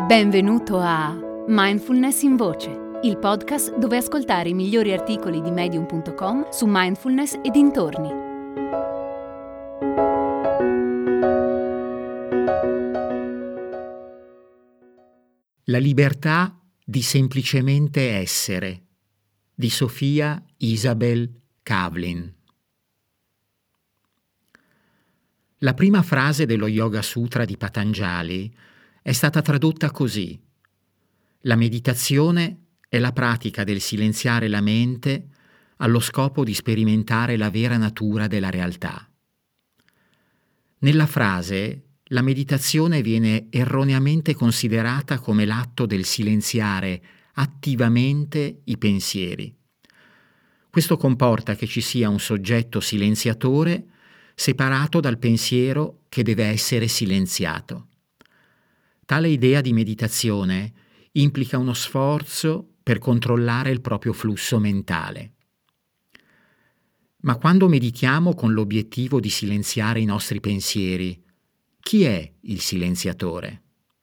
Benvenuto a Mindfulness in Voce, il podcast dove ascoltare i migliori articoli di Medium.com su mindfulness e dintorni. La libertà di semplicemente essere, di Sofia Isabel Kavlin. La prima frase dello Yoga Sutra di Patanjali è stata tradotta così: la meditazione è la pratica del silenziare la mente allo scopo di sperimentare la vera natura della realtà. Nella frase, la meditazione viene erroneamente considerata come l'atto del silenziare attivamente i pensieri. Questo comporta che ci sia un soggetto silenziatore separato dal pensiero che deve essere silenziato. Tale idea di meditazione implica uno sforzo per controllare il proprio flusso mentale. Ma quando meditiamo con l'obiettivo di silenziare i nostri pensieri, chi è il silenziatore?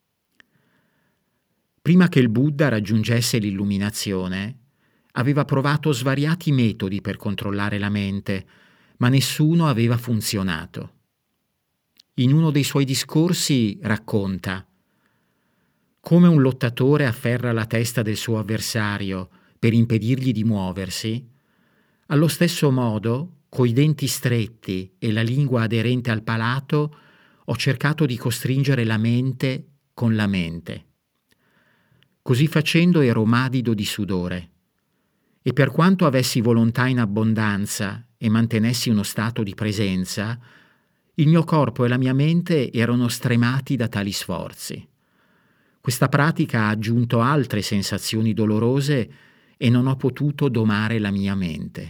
Prima che il Buddha raggiungesse l'illuminazione, aveva provato svariati metodi per controllare la mente, ma nessuno aveva funzionato. In uno dei suoi discorsi racconta: come un lottatore afferra la testa del suo avversario per impedirgli di muoversi, allo stesso modo, coi denti stretti e la lingua aderente al palato, ho cercato di costringere la mente con la mente. Così facendo ero madido di sudore, e per quanto avessi volontà in abbondanza e mantenessi uno stato di presenza, il mio corpo e la mia mente erano stremati da tali sforzi. Questa pratica ha aggiunto altre sensazioni dolorose e non ho potuto domare la mia mente.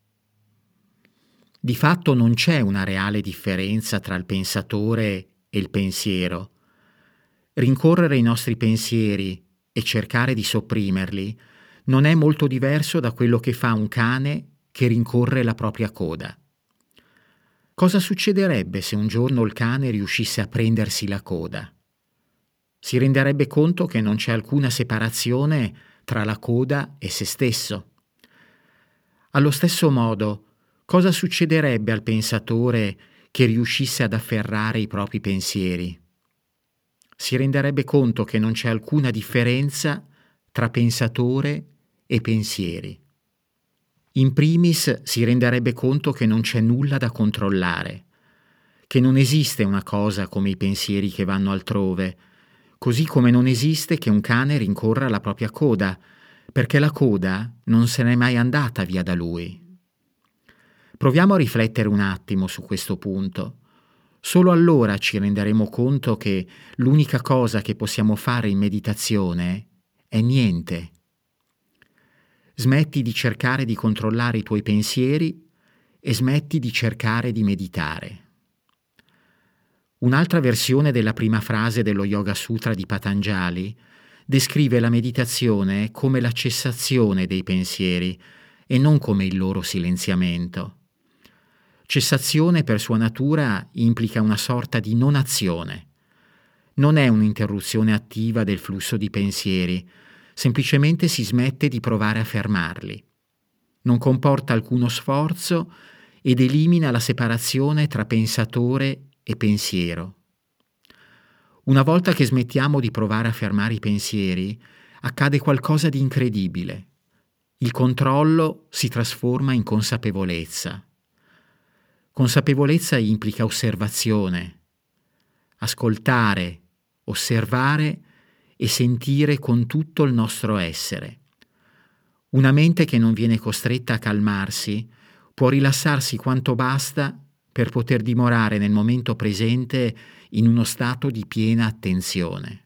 Di fatto non c'è una reale differenza tra il pensatore e il pensiero. Rincorrere i nostri pensieri e cercare di sopprimerli non è molto diverso da quello che fa un cane che rincorre la propria coda. Cosa succederebbe se un giorno il cane riuscisse a prendersi la coda? Si renderebbe conto che non c'è alcuna separazione tra la coda e se stesso. Allo stesso modo, cosa succederebbe al pensatore che riuscisse ad afferrare i propri pensieri? Si renderebbe conto che non c'è alcuna differenza tra pensatore e pensieri. In primis si renderebbe conto che non c'è nulla da controllare, che non esiste una cosa come i pensieri che vanno altrove, così come non esiste che un cane rincorra la propria coda, perché la coda non se n'è mai andata via da lui. Proviamo a riflettere un attimo su questo punto. Solo allora ci renderemo conto che l'unica cosa che possiamo fare in meditazione è niente. Smetti di cercare di controllare i tuoi pensieri e smetti di cercare di meditare. Un'altra versione della prima frase dello Yoga Sutra di Patanjali descrive la meditazione come la cessazione dei pensieri e non come il loro silenziamento. Cessazione per sua natura implica una sorta di non azione. Non è un'interruzione attiva del flusso di pensieri, semplicemente si smette di provare a fermarli. Non comporta alcuno sforzo ed elimina la separazione tra pensatore e pensiero. Una volta che smettiamo di provare a fermare i pensieri, accade qualcosa di incredibile. Il controllo si trasforma in consapevolezza. Consapevolezza implica osservazione, ascoltare, osservare e sentire con tutto il nostro essere. Una mente che non viene costretta a calmarsi può rilassarsi quanto basta per poter dimorare nel momento presente in uno stato di piena attenzione.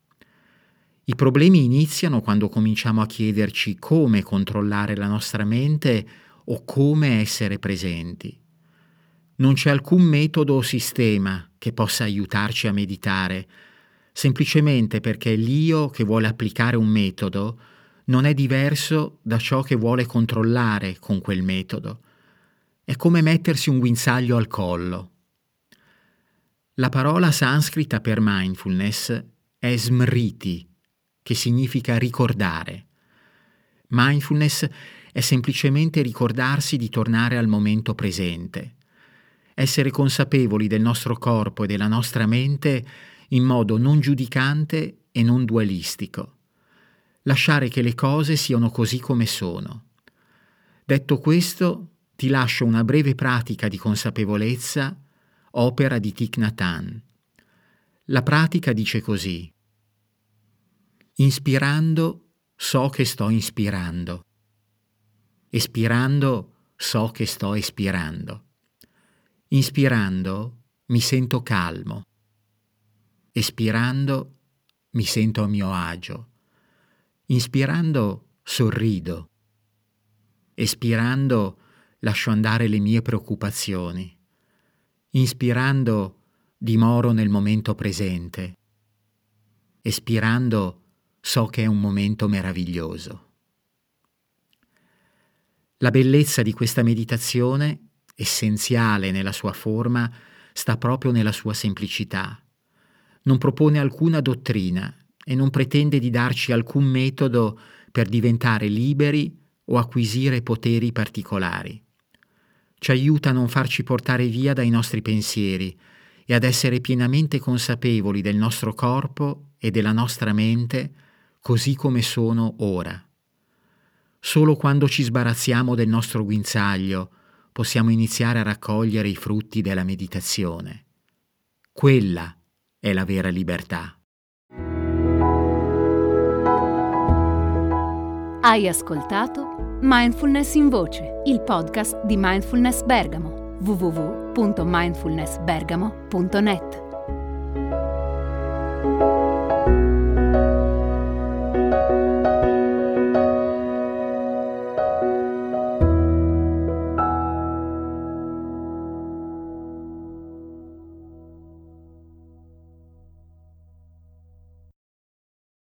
I problemi iniziano quando cominciamo a chiederci come controllare la nostra mente o come essere presenti. Non c'è alcun metodo o sistema che possa aiutarci a meditare, semplicemente perché l'io che vuole applicare un metodo non è diverso da ciò che vuole controllare con quel metodo. È come mettersi un guinzaglio al collo. La parola sanscrita per mindfulness è smriti, che significa ricordare. Mindfulness è semplicemente ricordarsi di tornare al momento presente, essere consapevoli del nostro corpo e della nostra mente in modo non giudicante e non dualistico. Lasciare che le cose siano così come sono. Detto questo, ti lascio una breve pratica di consapevolezza, opera di Thich Nhat Hanh. La pratica dice così: inspirando so che sto inspirando, espirando so che sto espirando, inspirando mi sento calmo, espirando mi sento a mio agio, inspirando sorrido, espirando lascio andare le mie preoccupazioni, inspirando dimoro nel momento presente, espirando so che è un momento meraviglioso. La bellezza di questa meditazione, essenziale nella sua forma, sta proprio nella sua semplicità. Non propone alcuna dottrina e non pretende di darci alcun metodo per diventare liberi o acquisire poteri particolari. Ci aiuta a non farci portare via dai nostri pensieri e ad essere pienamente consapevoli del nostro corpo e della nostra mente così come sono ora. Solo quando ci sbarazziamo del nostro guinzaglio possiamo iniziare a raccogliere i frutti della meditazione. Quella è la vera libertà. Hai ascoltato Mindfulness in Voce, il podcast di Mindfulness Bergamo, www.mindfulnessbergamo.net.